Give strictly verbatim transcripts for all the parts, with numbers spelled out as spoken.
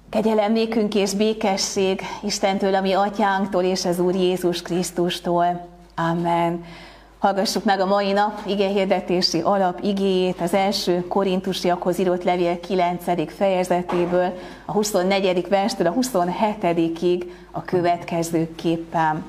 Kegyelem nékünk és békesség Istentől, a mi atyánktól és az Úr Jézus Krisztustól. Amen. Hallgassuk meg a mai nap igehirdetési alap igéjét az első Korintusiakhoz írott levél kilencedik fejezetéből, a huszonnegyedik verstől a huszonhetedikig a következőképpen.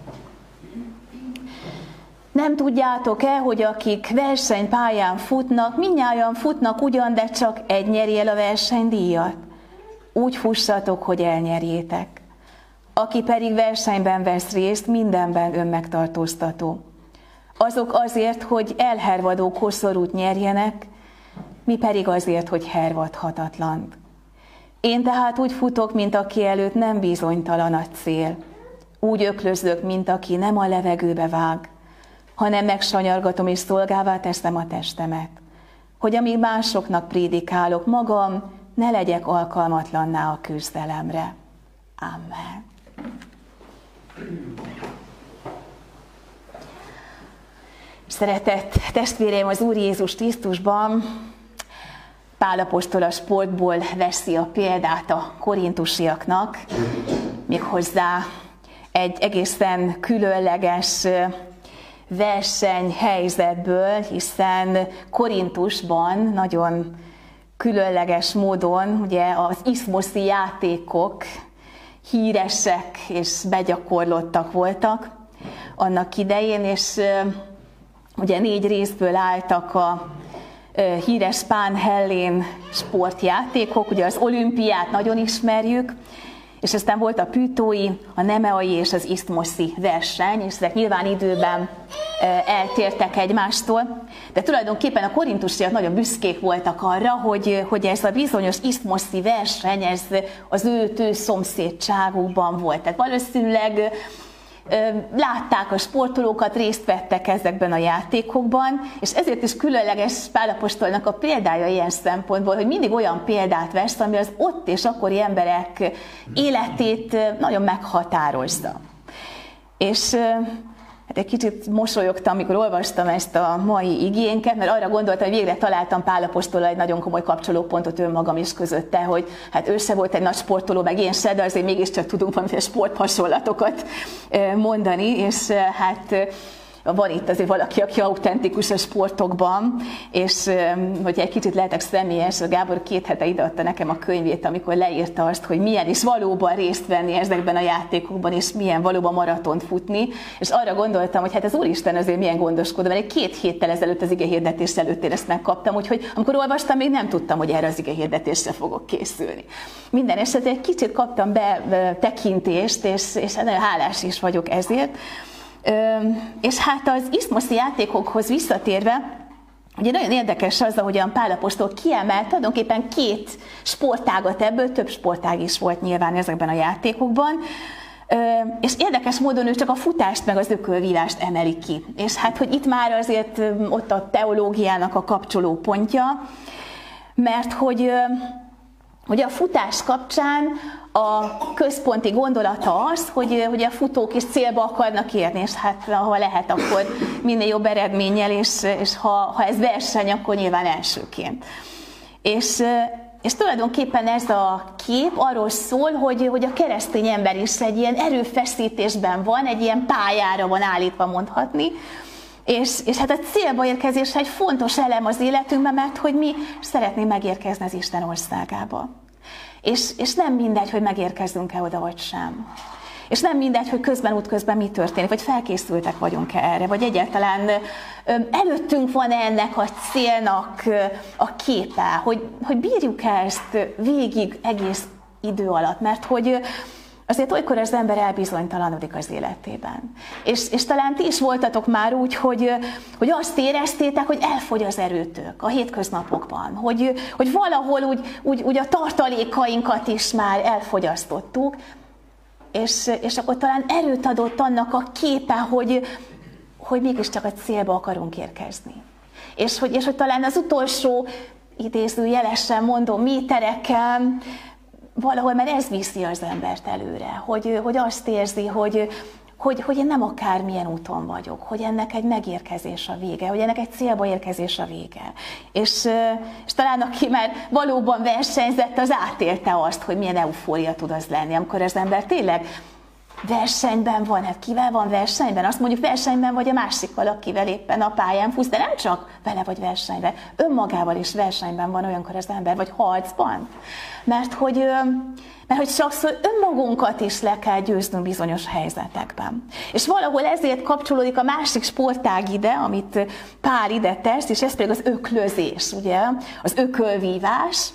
Nem tudjátok-e, hogy akik versenypályán futnak, mindnyájan futnak ugyan, de csak egy nyeri el a versenydíjat? Úgy fussatok, hogy elnyerjétek. Aki pedig versenyben vesz részt, mindenben önmegtartóztató. Azok azért, hogy elhervadó koszorút nyerjenek, mi pedig azért, hogy hervadhatatlant. Én tehát úgy futok, mint aki előtt nem bizonytalan a cél. Úgy öklözök, mint aki nem a levegőbe vág, hanem megsanyargatom és szolgává teszem a testemet, hogy amíg másoknak prédikálok, magam ne legyek alkalmatlanná a küzdelemre. Amen. Szeretett testvéreim az Úr Jézus Krisztusban, Pál apostol a sportból veszi a példát a korintusiaknak, méghozzá egy egészen különleges versenyhelyzetből, hiszen Korintusban nagyon különleges módon ugye az iszmoszi játékok híresek és begyakorlottak voltak annak idején, és ugye négy részből álltak a híres pán-hellén sportjátékok, ugye az olimpiát nagyon ismerjük, és aztán volt a pütói, a nemeai és az iszmoszi verseny, és ezek nyilván időben eltértek egymástól, de tulajdonképpen a korintusiak nagyon büszkék voltak arra, hogy, hogy ez a bizonyos iszmoszi verseny, ez az ő, ő szomszédságukban volt. Tehát valószínűleg látták a sportolókat, részt vettek ezekben a játékokban, és ezért is különleges Pál apostolnak a példája ilyen szempontból, hogy mindig olyan példát vesz, ami az ott és akkori emberek életét nagyon meghatározza. És hát egy kicsit mosolyogtam, amikor olvastam ezt a mai igénket, mert arra gondoltam, hogy végre találtam Pál apostollal egy nagyon komoly kapcsolópontot önmagam is közötte, hogy hát ő se volt egy nagy sportoló, meg én se, de azért mégiscsak tudunk valamiféle sporthasonlatokat mondani, és hát van itt azért valaki, aki autentikus a sportokban, és hogyha egy kicsit lehetek személyes, Gábor két hete ideadta nekem a könyvét, amikor leírta azt, hogy milyen is valóban részt venni ezekben a játékokban, és milyen valóban maratont futni, és arra gondoltam, hogy hát az Úristen azért milyen gondoskodó, mert egy két héttel ezelőtt az igehirdetés előtt én ezt megkaptam, úgyhogy amikor olvastam, még nem tudtam, hogy erre az igehirdetésre fogok készülni. Minden esetre egy kicsit kaptam be tekintést, és, és nagyon hálás is vagyok ezért. És hát az iszmoszi játékokhoz visszatérve, ugye nagyon érdekes az, ahogyan Pál apostol kiemelt tulajdonképpen két sportágat ebből, több sportág is volt nyilván ezekben a játékokban, és érdekes módon ő csak a futást meg az ökölvírást emeli ki. És hát, hogy itt már azért ott a teológiának a kapcsoló pontja, mert hogy ugye a futás kapcsán a központi gondolata az, hogy, hogy a futók is célba akarnak érni, és hát ha lehet, akkor minél jobb eredménnyel, és, és ha, ha ez verseny, akkor nyilván elsőként. És, és tulajdonképpen ez a kép arról szól, hogy, hogy a keresztény ember is egy ilyen erőfeszítésben van, egy ilyen pályára van állítva mondhatni, És, és hát a célba érkezés egy fontos elem az életünkben, mert hogy mi szeretnénk megérkezni az Isten országába. És, és nem mindegy, hogy megérkezzünk-e oda, vagy sem. És nem mindegy, hogy közben, útközben mi történik, vagy felkészültek vagyunk-e erre, vagy egyáltalán előttünk van ennek a célnak a képe, hogy, hogy bírjuk-e ezt végig egész idő alatt, mert hogy azért olykor az ember elbizonytalanodik az életében. És, és talán ti is voltatok már úgy, hogy, hogy azt éreztétek, hogy elfogy az erőtök a hétköznapokban, hogy, hogy valahol úgy, úgy, úgy a tartalékainkat is már elfogyasztottuk, és, és akkor talán erőt adott annak a képe, hogy, hogy mégiscsak a célba akarunk érkezni. És hogy, és hogy talán az utolsó idézőjelesen mondom métereken, valahol, mert ez viszi az embert előre, hogy, hogy azt érzi, hogy, hogy, hogy én nem akármilyen úton vagyok, hogy ennek egy megérkezés a vége, hogy ennek egy célba érkezés a vége. És, és talán aki már valóban versenyzett, az átélte azt, hogy milyen eufória tud az lenni, amikor az ember tényleg versenyben van. Hát kivel van versenyben? Azt mondjuk, versenyben vagy a másikkal, akivel éppen a pályán fusz, de nem csak vele vagy versenyben, önmagával is versenyben van olyankor az ember, vagy harcban. Mert hogy, mert hogy sokszor önmagunkat is le kell győznünk bizonyos helyzetekben. És valahol ezért kapcsolódik a másik sportág ide, amit Pál ide tesz, és ez pedig az öklözés, ugye, az ökölvívás,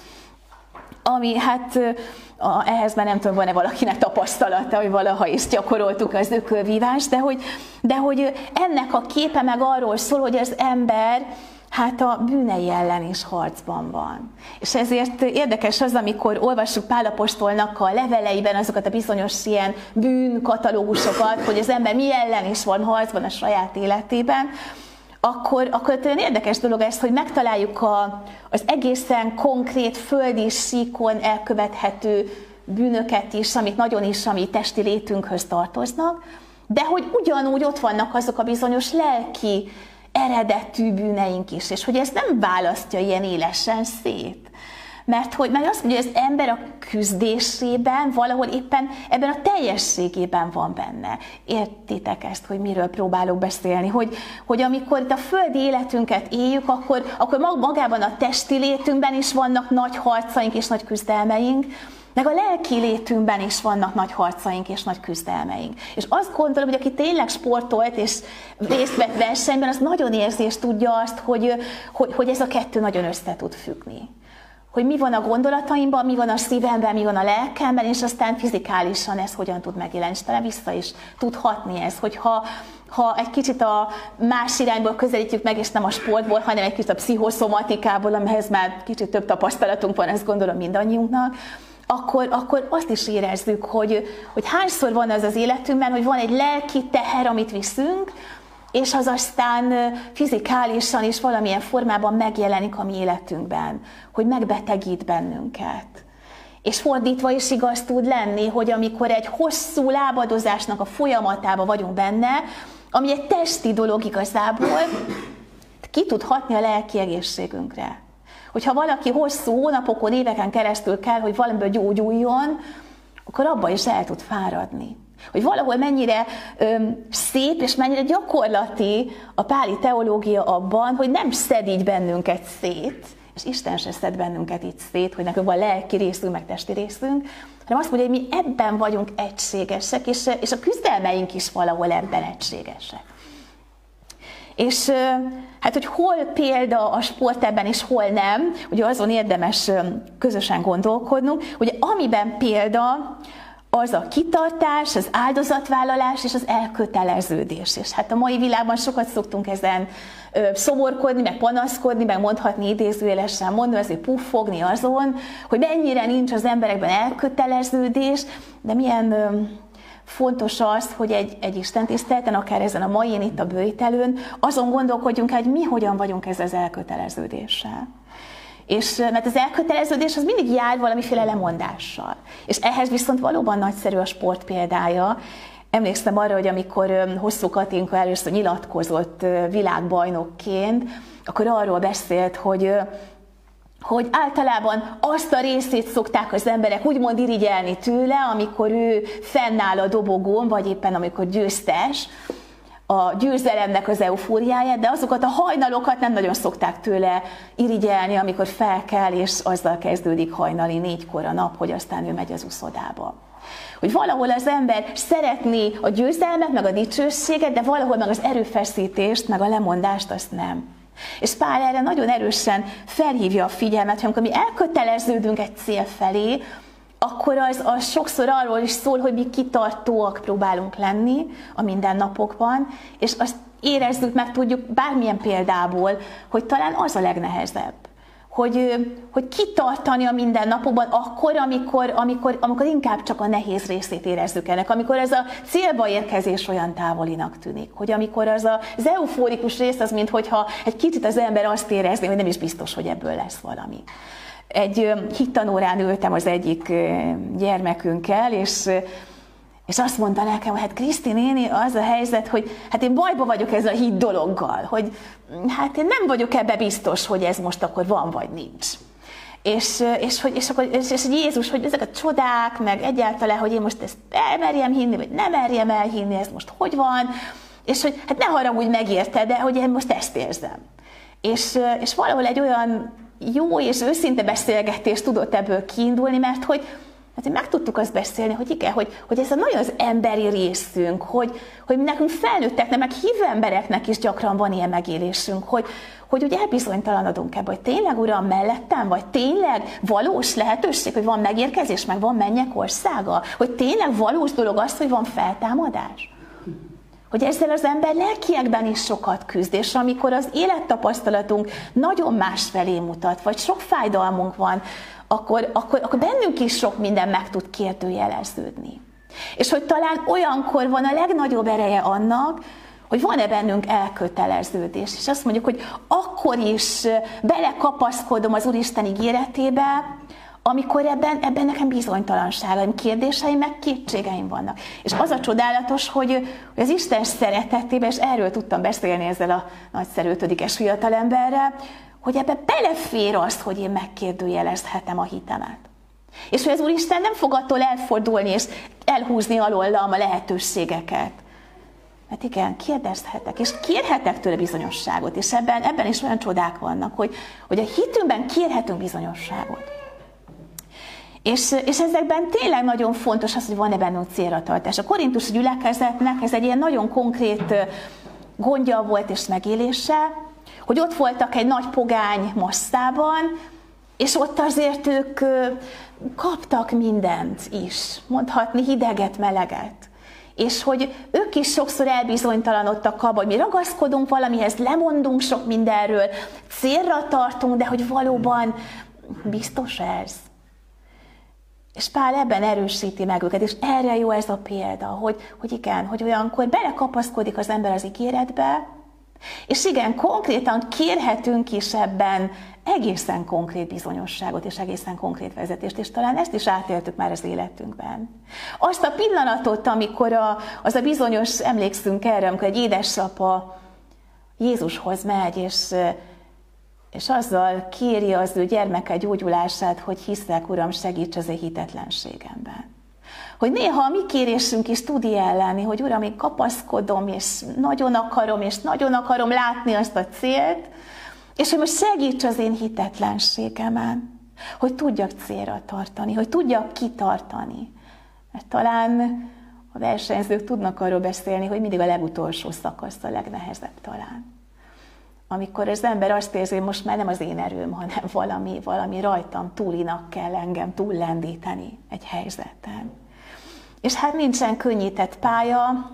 ami hát a, ehhez már nem tudom, van-e valakinek tapasztalata, hogy valaha is gyakoroltuk az ökölvívást, de hogy, de hogy ennek a képe meg arról szól, hogy az ember hát a bűnei ellen is harcban van. És ezért érdekes az, amikor olvassuk Pál apostolnak a leveleiben azokat a bizonyos ilyen bűnkatalógusokat, hogy az ember mi ellen is van harcban a saját életében, akkor, akkor olyan érdekes dolog ez, hogy megtaláljuk a, az egészen konkrét földi síkon elkövethető bűnöket is, amit nagyon is, ami testi létünkhöz tartoznak, de hogy ugyanúgy ott vannak azok a bizonyos lelki eredetű bűneink is, és hogy ezt nem választja ilyen élesen szét. Mert, hogy, mert azt mondja, hogy az ember a küzdésében valahol éppen ebben a teljességében van benne. Értitek ezt, hogy miről próbálok beszélni? Hogy, hogy amikor itt a földi életünket éljük, akkor, akkor magában a testi létünkben is vannak nagy harcaink és nagy küzdelmeink, meg a lelki létünkben is vannak nagy harcaink és nagy küzdelmeink. És azt gondolom, hogy aki tényleg sportolt és részt vett versenyben, az nagyon érzi és tudja azt, hogy, hogy, hogy ez a kettő nagyon össze tud függni. Hogy mi van a gondolataimban, mi van a szívemben, mi van a lelkemben, és aztán fizikálisan ez hogyan tud megjelenni, és talán vissza is tud hatni ez, hogyha ha egy kicsit a más irányból közelítjük meg, és nem a sportból, hanem egy kicsit a pszichoszomatikából, amihez már kicsit több tapasztalatunk van, ezt gondolom mindannyiunknak, Akkor, akkor azt is érezzük, hogy, hogy hányszor van az az életünkben, hogy van egy lelki teher, amit viszünk, és az aztán fizikálisan is valamilyen formában megjelenik a mi életünkben, hogy megbetegít bennünket. És fordítva is igaz tud lenni, hogy amikor egy hosszú lábadozásnak a folyamatában vagyunk benne, ami egy testi dolog igazából, ki tud hatni a lelki egészségünkre. Hogyha valaki hosszú hónapokon, éveken keresztül kell, hogy valamiből gyógyuljon, akkor abba is el tud fáradni. Hogy valahol mennyire öm, szép és mennyire gyakorlati a páli teológia abban, hogy nem szed így bennünket szét, és Isten se szed bennünket így szét, hogy nekünk van lelki részünk, meg testi részünk, hanem azt mondja, hogy mi ebben vagyunk egységesek, és, és a küzdelmeink is valahol ebben egységesek. És hát, hogy hol példa a sport ebben, és hol nem, ugye azon érdemes közösen gondolkodnunk, hogy amiben példa, az a kitartás, az áldozatvállalás és az elköteleződés. És hát a mai világban sokat szoktunk ezen szomorkodni, meg panaszkodni, meg mondhatni idézőjelesen mondani, azért puffogni azon, hogy mennyire nincs az emberekben elköteleződés, de milyen fontos az, hogy egy, egy istentiszteleten, akár ezen a mai, itt a bőjtelőn, azon gondolkodjunk el, hogy mi hogyan vagyunk ezzel az elköteleződéssel. És mert az elköteleződés az mindig jár valamiféle lemondással. És ehhez viszont valóban nagyszerű a sport példája. Emlékszem arra, hogy amikor Hosszú Katinka először nyilatkozott világbajnokként, akkor arról beszélt, hogy hogy általában azt a részét szokták az emberek úgymond irigyelni tőle, amikor ő fennáll a dobogón, vagy éppen amikor győztes, a győzelemnek az eufóriáját, de azokat a hajnalokat nem nagyon szokták tőle irigyelni, amikor felkel, és azzal kezdődik hajnali négykor a nap, hogy aztán ő megy az uszodába. Hogy valahol az ember szeretné a győzelmet, meg a dicsőséget, de valahol meg az erőfeszítést, meg a lemondást, azt nem. És Pál erre nagyon erősen felhívja a figyelmet, hogy amikor mi elköteleződünk egy cél felé, akkor az, az sokszor arról is szól, hogy mi kitartóak próbálunk lenni a mindennapokban, és azt érezzük, meg tudjuk bármilyen példából, hogy talán az a legnehezebb. Hogy, hogy kitartani a mindennapokban akkor, amikor, amikor, amikor inkább csak a nehéz részét érezzük ennek, amikor ez a célba érkezés olyan távolinak tűnik, hogy amikor az a, az eufórikus rész az, minthogyha egy kicsit az ember azt érezné, hogy nem is biztos, hogy ebből lesz valami. Egy hittanórán ültem az egyik gyermekünkkel, és És azt mondta nekem, hogy hát Kriszti néni, az a helyzet, hogy hát én bajba vagyok ezzel a hit dologgal, hogy hát én nem vagyok ebbe biztos, hogy ez most akkor van vagy nincs. És, és, hogy, és, akkor, és, és Jézus, hogy ezek a csodák, meg egyáltalán, hogy én most ezt elmerjem hinni, vagy nem merjem elhinni, ez most hogy van, és hogy hát ne haragudj, megérte, de hogy én most ezt érzem. És, és valahol egy olyan jó és őszinte beszélgetés tudott ebből kiindulni, mert hogy hát meg tudtuk azt beszélni, hogy igen, hogy, hogy ez a nagyon az emberi részünk, hogy, hogy nekünk felnőtteknek, meg hívő embereknek is gyakran van ilyen megélésünk, hogy, hogy ugye elbizonytalanodunk ebbe, hogy tényleg Uram mellettem, vagy tényleg valós lehetőség, hogy van megérkezés, meg van mennyek országa, hogy tényleg valós dolog az, hogy van feltámadás. Hogy ezzel az ember lelkiekben is sokat küzd, és amikor az élettapasztalatunk nagyon másfelé mutat, vagy sok fájdalmunk van, akkor, akkor, akkor bennünk is sok minden meg tud kérdőjeleződni. És hogy talán olyankor van a legnagyobb ereje annak, hogy van-e bennünk elköteleződés. És azt mondjuk, hogy akkor is belekapaszkodom az Úristen ígéretébe, amikor ebben, ebben nekem bizonytalanságaim, kérdéseim, meg kétségeim vannak. És az a csodálatos, hogy, hogy az Isten szeretetében, és erről tudtam beszélni ezzel a nagyszerű ötödikes fiatalemberrel, hogy ebbe belefér az, hogy én megkérdőjelezhetem a hitemet. És hogy az Úristen nem fog attól elfordulni, és elhúzni alólam a lehetőségeket. Mert igen, kérdezhetek, és kérhetek tőle bizonyosságot, és ebben, ebben is olyan csodák vannak, hogy, hogy a hitünkben kérhetünk bizonyosságot. És, és ezekben tényleg nagyon fontos az, hogy van-e bennünk célra tartás. A korintusi gyülekezetnek ez egy ilyen nagyon konkrét gondja volt és megélése, hogy ott voltak egy nagy pogány masszában, és ott azért ők kaptak mindent is, mondhatni hideget, meleget. És hogy ők is sokszor elbizonytalanodtak abban, hogy mi ragaszkodunk valamihez, lemondunk sok mindenről, célra tartunk, de hogy valóban biztos ez. És Pál ebben erősíti meg őket, és erre jó ez a példa, hogy, hogy igen, hogy olyankor belekapaszkodik az ember az ígéretbe, és igen, konkrétan kérhetünk is ebben egészen konkrét bizonyosságot, és egészen konkrét vezetést, és talán ezt is átéltük már az életünkben. Azt a pillanatot, amikor a, az a bizonyos, emlékszünk erre, amikor egy édesapa Jézushoz megy, és és azzal kéri az ő gyermeke gyógyulását, hogy hiszek, Uram, segíts az én hitetlenségemben. Hogy néha a mi kérésünk is tud ilyen lenni, hogy Uram, én kapaszkodom, és nagyon akarom, és nagyon akarom látni azt a célt, és hogy most segíts az én hitetlenségemen, hogy tudjak célra tartani, hogy tudjak kitartani. Mert talán a versenyzők tudnak arról beszélni, hogy mindig a legutolsó szakasz a legnehezebb talán. Amikor az ember azt érzi, hogy most már nem az én erőm, hanem valami, valami rajtam túlinak kell engem túllendíteni egy helyzeten. És hát nincsen könnyített pálya,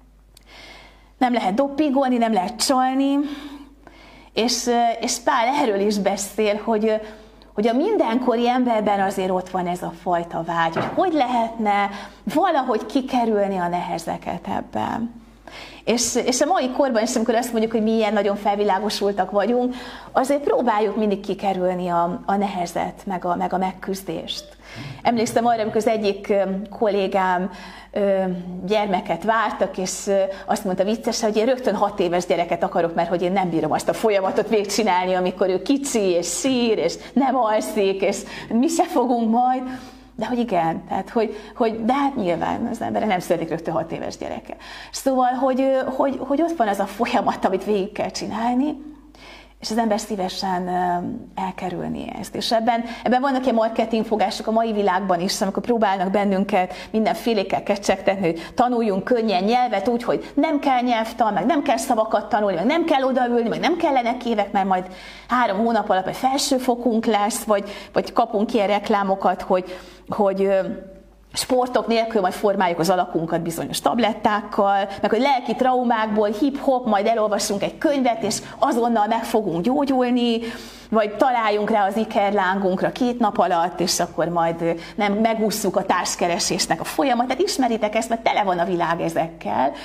nem lehet doppingolni, nem lehet csalni, és, és Pál erről is beszél, hogy, hogy a mindenkori emberben azért ott van ez a fajta vágy, hogy hogy lehetne valahogy kikerülni a nehezeket ebben. És, és a mai korban is, amikor azt mondjuk, hogy mi ilyen nagyon felvilágosultak vagyunk, azért próbáljuk mindig kikerülni a, a nehezet, meg a, meg a megküzdést. Emlékszem arra, amikor az egyik kollégám gyermeket vártak, és azt mondta viccesen, hogy én rögtön hat éves gyereket akarok, mert hogy én nem bírom azt a folyamatot végigcsinálni, amikor ő kicsi, és sír, és nem alszik, és mi se fogunk majd. De hogy igen, tehát hogy, hogy de hát nyilván az emberek nem születik rögtön hat éves gyereke. Szóval, hogy, hogy, hogy ott van ez a folyamat, amit végig kell csinálni, és az ember szívesen elkerülni ezt. És ebben, ebben vannak ilyen marketingfogások a mai világban is, amikor próbálnak bennünket mindenfélékkel kecsegtetni, hogy tanuljunk könnyen nyelvet úgy, hogy nem kell nyelvtan, meg nem kell szavakat tanulni, meg nem kell odaülni, meg nem kellenek évek, mert majd három hónap alatt egy felsőfokunk lesz, vagy, vagy kapunk ilyen reklámokat, hogy, hogy sportok nélkül majd formáljuk az alakunkat bizonyos tablettákkal, meg hogy lelki traumákból hip-hop, majd elolvassunk egy könyvet, és azonnal meg fogunk gyógyulni, vagy találjunk rá az ikerlángunkra két nap alatt, és akkor majd nem megússzuk a társkeresésnek a folyamatát. Ismeritek ezt, mert tele van a világ ezekkel,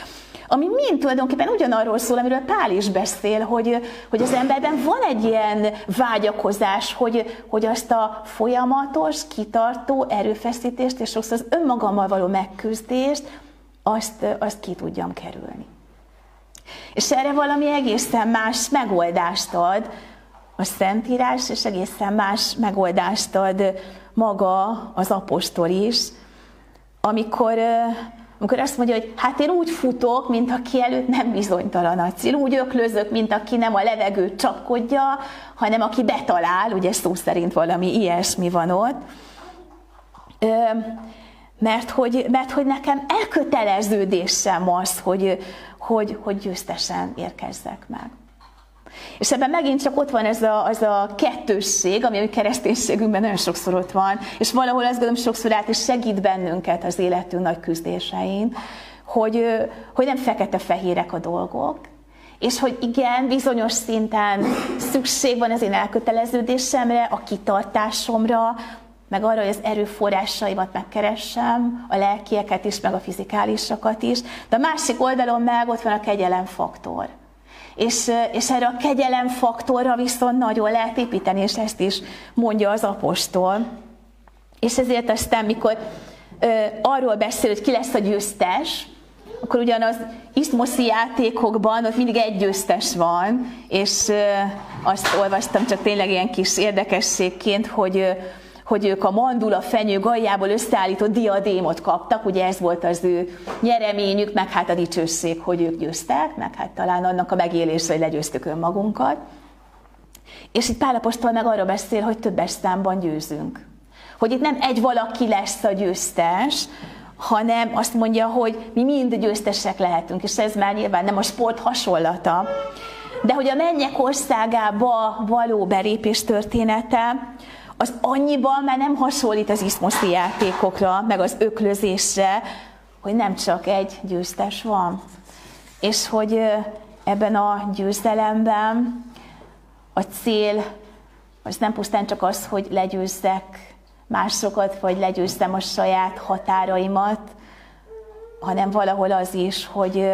ami mind tulajdonképpen ugyanarról szól, amiről Pál is beszél, hogy, hogy az emberben van egy ilyen vágyakozás, hogy, hogy azt a folyamatos, kitartó erőfeszítést, és sokszor az önmagammal való megküzdést, azt, azt ki tudjam kerülni. És erre valami egészen más megoldást ad a Szentírás, és egészen más megoldást ad maga az apostol is, amikor, amikor azt mondja, hogy hát én úgy futok, mint aki előtt nem bizonytalan a cél, úgy öklözök, mint aki nem a levegőt csapkodja, hanem aki betalál, ugye szó szerint valami ilyesmi van ott. Mert hogy, mert hogy nekem elköteleződésem az, hogy, hogy, hogy győztesen érkezzek meg. És ebben megint csak ott van ez a, az a kettősség, ami a kereszténységünkben nagyon sokszor ott van, és valahol azt gondolom, sokszor át is segít bennünket az életünk nagy küzdésein, hogy, hogy nem fekete-fehérek a dolgok, és hogy igen, bizonyos szinten szükség van az én elköteleződésemre, a kitartásomra, meg arra, hogy az erőforrásaimat megkeressem, a lelkieket is, meg a fizikálisakat is, de a másik oldalon meg ott van a kegyelemfaktor. És, és erre a kegyelemfaktorra viszont nagyon lehet építeni, és ezt is mondja az apostol. És ezért aztán, mikor ö, arról beszél, hogy ki lesz a győztes, akkor ugyanaz iszmoszi játékokban ott mindig egy győztes van, és ö, azt olvastam csak tényleg ilyen kis érdekességként, hogy ö, hogy ők a mandula fenyő gajjából összeállított diadémot kaptak, ugye ez volt az ő nyereményük, meg hát a dicsőség, hogy ők győztek, meg hát talán annak a megélése, hogy legyőztük önmagunkat. És itt Pál apostol meg arra beszél, hogy többes számban győzünk. Hogy itt nem egy valaki lesz a győztes, hanem azt mondja, hogy mi mind győztesek lehetünk, és ez már nyilván nem a sport hasonlata, de hogy a mennyek országába való belépés története, az annyiban már nem hasonlít az iszmoszi játékokra, meg az öklözésre, hogy nem csak egy győztes van. És hogy ebben a győzelemben a cél az nem pusztán csak az, hogy legyőzzek másokat, vagy legyőzzem a saját határaimat, hanem valahol az is, hogy,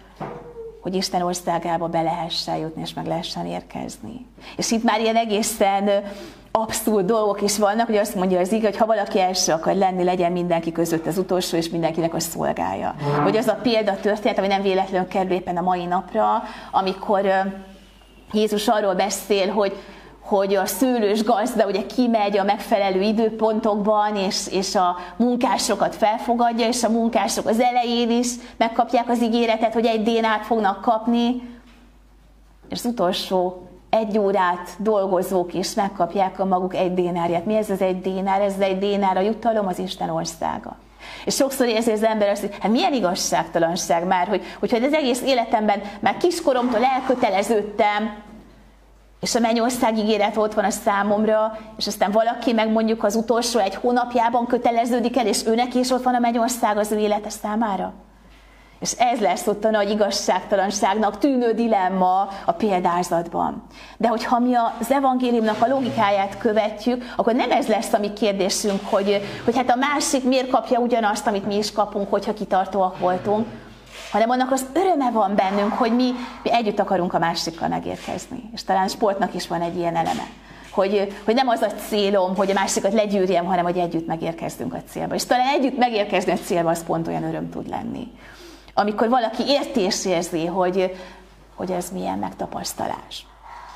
hogy Isten országába be lehessen jutni, és meg lehessen érkezni. És itt már ilyen egészen abszurd dolgok is vannak, hogy azt mondja az ige, hogy ha valaki első akar lenni, legyen mindenki között az utolsó, és mindenkinek a szolgája. Hogy az a példa történet, ami nem véletlenül kerül éppen a mai napra, amikor Jézus arról beszél, hogy, hogy a szőlős gazda ugye kimegy a megfelelő időpontokban, és, és a munkásokat felfogadja, és a munkások az elején is megkapják az ígéretet, hogy egy dénárt fognak kapni, és az utolsó egy órát dolgozók is megkapják a maguk egy dénárját. Mi ez az egy dénár? Ez az egy dénár, a jutalom, az Isten országa. És sokszor érzi az ember azt, hogy hát milyen igazságtalanság már, hogy, hogyha az egész életemben már kiskoromtól elköteleződtem, és a mennyország ígéret ott van a számomra, és aztán valaki meg mondjuk az utolsó egy hónapjában köteleződik el, és őnek is ott van a mennyország az ő élete számára. És ez lesz ott a nagy igazságtalanságnak tűnő dilemma a példázatban. De hogyha mi az evangéliumnak a logikáját követjük, akkor nem ez lesz a mi kérdésünk, hogy, hogy hát a másik miért kapja ugyanazt, amit mi is kapunk, hogyha kitartóak voltunk, hanem annak az öröme van bennünk, hogy mi, mi együtt akarunk a másikkal megérkezni. És talán sportnak is van egy ilyen eleme. Hogy, hogy nem az a célom, hogy a másikat legyűrjem, hanem hogy együtt megérkezzünk a célba. És talán együtt megérkezni a célba, az pont olyan öröm tud lenni. Amikor valaki érti és érzi, hogy, hogy ez milyen megtapasztalás.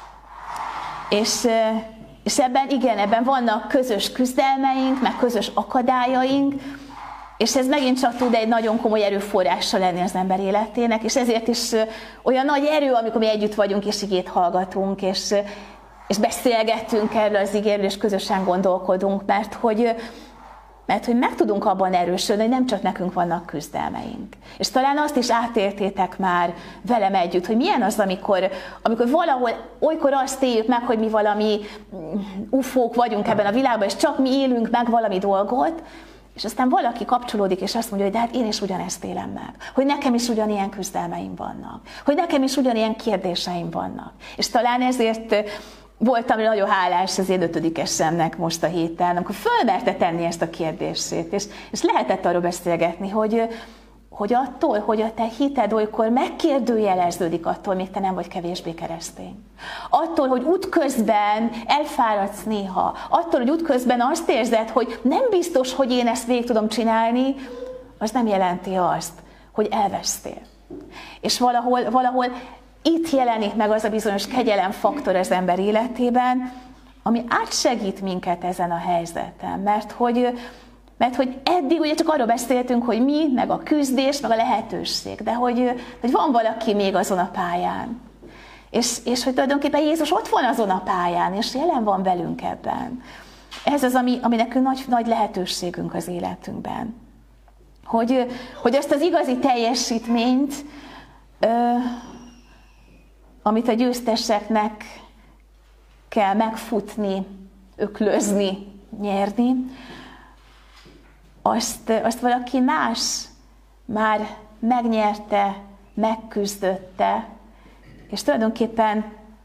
És, és ebben, igen, ebben vannak közös küzdelmeink, meg közös akadályaink, és ez megint csak tud egy nagyon komoly erőforrása lenni az ember életének, és ezért is olyan nagy erő, amikor mi együtt vagyunk, és igét hallgatunk, és, és beszélgettünk erről az igéről, és közösen gondolkodunk, mert hogy, mert hogy meg tudunk abban erősödni, hogy nem csak nekünk vannak küzdelmeink. És talán azt is átéltétek már velem együtt, hogy milyen az, amikor, amikor valahol olykor azt éljük meg, hogy mi valami ufók vagyunk ebben a világban, és csak mi élünk meg valami dolgot, és aztán valaki kapcsolódik, és azt mondja, hogy de hát én is ugyanezt élem meg. Hogy nekem is ugyanilyen küzdelmeim vannak. Hogy nekem is ugyanilyen kérdéseim vannak. És talán ezért voltam nagyon hálás az én ötödikesemnek most a héten, amikor fölmerte tenni ezt a kérdését. És, és lehetett arról beszélgetni, hogy, hogy attól, hogy a te hited olykor megkérdőjeleződik attól, még te nem vagy kevésbé keresztény. Attól, hogy útközben elfáradsz néha, attól, hogy útközben azt érzed, hogy nem biztos, hogy én ezt végig tudom csinálni, az nem jelenti azt, hogy elvesztél. És valahol, valahol itt jelenik meg az a bizonyos kegyelemfaktor az ember életében, ami átsegít minket ezen a helyzeten, mert hogy, mert hogy eddig ugye csak arról beszéltünk, hogy mi, meg a küzdés, meg a lehetőség, de hogy, hogy van valaki még azon a pályán. És, és hogy tulajdonképpen Jézus ott van azon a pályán, és jelen van velünk ebben. Ez az, ami, ami nekünk nagy, nagy lehetőségünk az életünkben. Hogy, hogy ezt az igazi teljesítményt, ö, amit a győzteseknek kell megfutni, öklözni, nyerni, azt, azt valaki más már megnyerte, megküzdötte, és tulajdonképpen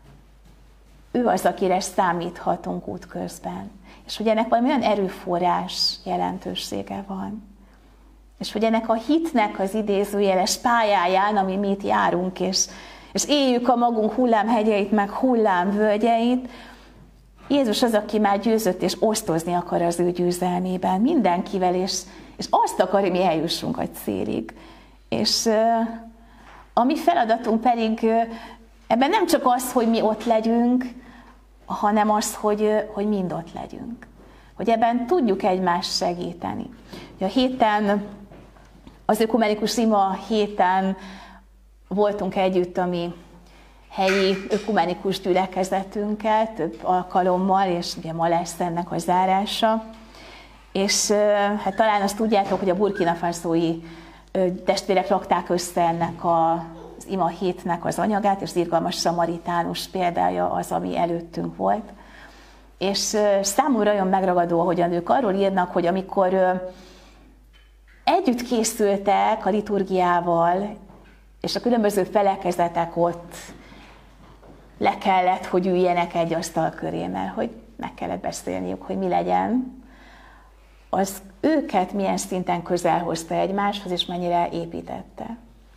ő az, akire számíthatunk útközben. És hogy ennek valami olyan erőforrás jelentősége van. És hogy ennek a hitnek az idézőjeles pályáján, ami mi itt járunk, és, és éljük a magunk hullámhegyeit, meg hullámvölgyeit, Jézus az, aki már győzött, és osztozni akar az ő győzelmében mindenkivel, és, és azt akar, hogy mi eljussunk a célig. És uh, a mi feladatunk pedig uh, ebben nem csak az, hogy mi ott legyünk, hanem az, hogy, uh, hogy mind ott legyünk. Hogy ebben tudjuk egymást segíteni. A héten, az ökumenikus ima héten voltunk együtt a mi helyi ökumenikus gyülekezetünkkel több alkalommal, és ugye ma lesz ennek a zárása. És hát talán azt tudjátok, hogy a Burkina Fasói testvérek rakták össze ennek az ima hétnek az anyagát, és az irgalmas szamaritánus példája az, ami előttünk volt. És számomra olyan megragadó, ahogyan ők arról írnak, hogy amikor együtt készültek a liturgiával, és a különböző felekezetek ott le kellett, hogy üljenek egy asztal köré, mert hogy meg kellett beszélniük, hogy mi legyen, az őket milyen szinten közel hozta egymáshoz, és mennyire építette.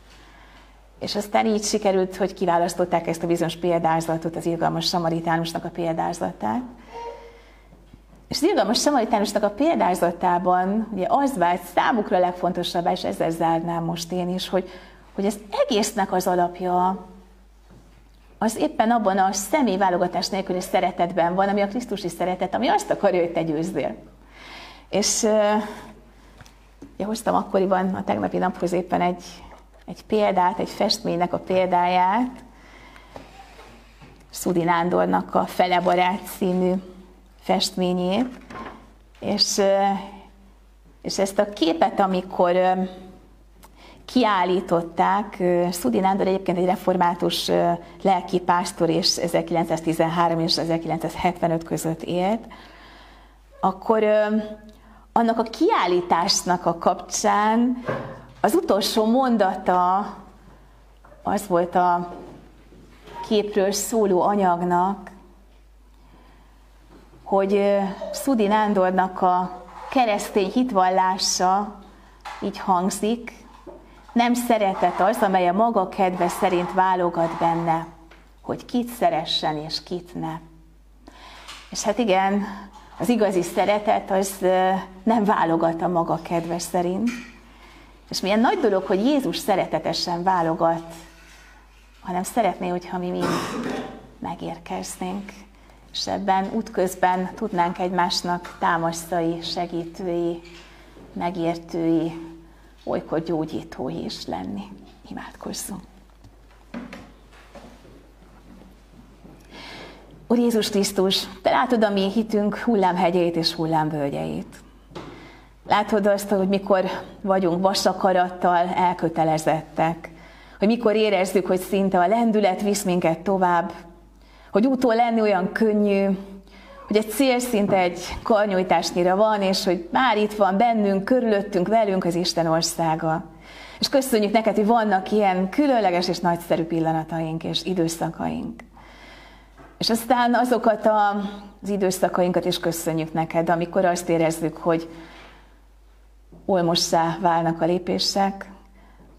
És aztán így sikerült, hogy kiválasztották ezt a bizonyos példázatot, az irgalmas szamaritánusnak a példázatát. És az irgalmas szamaritánusnak a példázatában ugye az vált számukra legfontosabbá, és ezzel zárnám most én is, hogy, hogy az egésznek az alapja az éppen abban a személyválogatás nélküli szeretetben van, ami a krisztusi szeretet, ami azt akarja, hogy te győzzél. És uh, ja, hoztam akkoriban a tegnapi naphoz éppen egy, egy példát, egy festménynek a példáját, Szudi Nándornak a Fele barát című festményét, és, uh, és ezt a képet, amikor uh, kiállították, Szudi Nándor egyébként egy református lelkipásztor, és ezerkilencszáztizenhárom és ezerkilencszázhetvenöt között élt, akkor annak a kiállításnak a kapcsán az utolsó mondata az volt a képről szóló anyagnak, hogy Szudi Nándornak a keresztény hitvallása így hangzik: nem szeretet az, amely a maga kedve szerint válogat benne, hogy kit szeressen és kit ne. És hát igen, az igazi szeretet az nem válogat a maga kedve szerint. És milyen nagy dolog, hogy Jézus szeretetesen válogat, hanem szeretné, hogyha mi mind megérkeznénk. És ebben útközben tudnánk egymásnak támasztai, segítői, megértői, olykor gyógyítói is lenni. Imádkozzunk! Úr Jézus Krisztus, te látod a mi hitünk hullámhegyeit és hullámvölgyeit. Látod azt, hogy mikor vagyunk vasakarattal elkötelezettek, hogy mikor érezzük, hogy szinte a lendület visz minket tovább, hogy útól lenni olyan könnyű, hogy egy cél szinte egy karnyújtásnyira van, és hogy már itt van bennünk, körülöttünk, velünk az Isten országa. És köszönjük neked, hogy vannak ilyen különleges és nagyszerű pillanataink és időszakaink. És aztán azokat az időszakainkat is köszönjük neked, amikor azt érezzük, hogy olmossá válnak a lépések,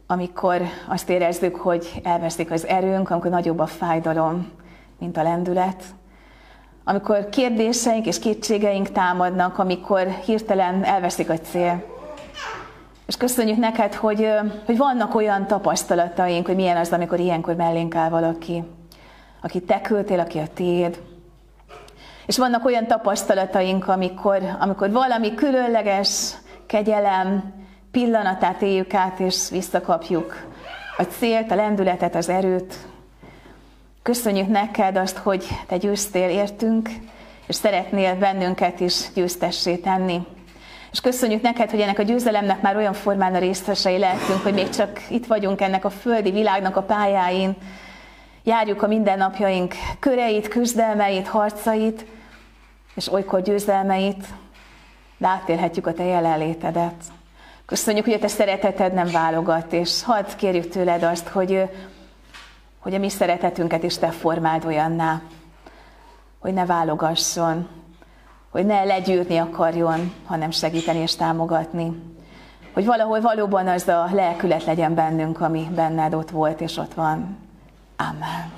amikor azt érezzük, hogy elveszik az erőnk, amikor nagyobb a fájdalom, mint a lendület, amikor kérdéseink és kétségeink támadnak, amikor hirtelen elveszik a cél. És köszönjük neked, hogy, hogy vannak olyan tapasztalataink, hogy milyen az, amikor ilyenkor mellénk áll valaki, aki te küldtél, aki a tiéd. És vannak olyan tapasztalataink, amikor, amikor valami különleges kegyelem pillanatát éljük át, és visszakapjuk a célt, a lendületet, az erőt. Köszönjük neked azt, hogy te győztél értünk, és szeretnél bennünket is győztessé tenni. És köszönjük neked, hogy ennek a győzelemnek már olyan formán a részesei lehetünk, hogy még csak itt vagyunk ennek a földi világnak a pályáin, járjuk a mindennapjaink köreit, küzdelmeit, harcait, és olykor győzelmeit, de átélhetjük a te jelenlétedet. Köszönjük, hogy a te szereteted nem válogat, és hadd kérjük tőled azt, hogy, hogy a mi szeretetünket is te formáld olyanná, hogy ne válogasson, hogy ne legyőzni akarjon, hanem segíteni és támogatni. Hogy valahol valóban az a lelkület legyen bennünk, ami benned ott volt és ott van. Amen.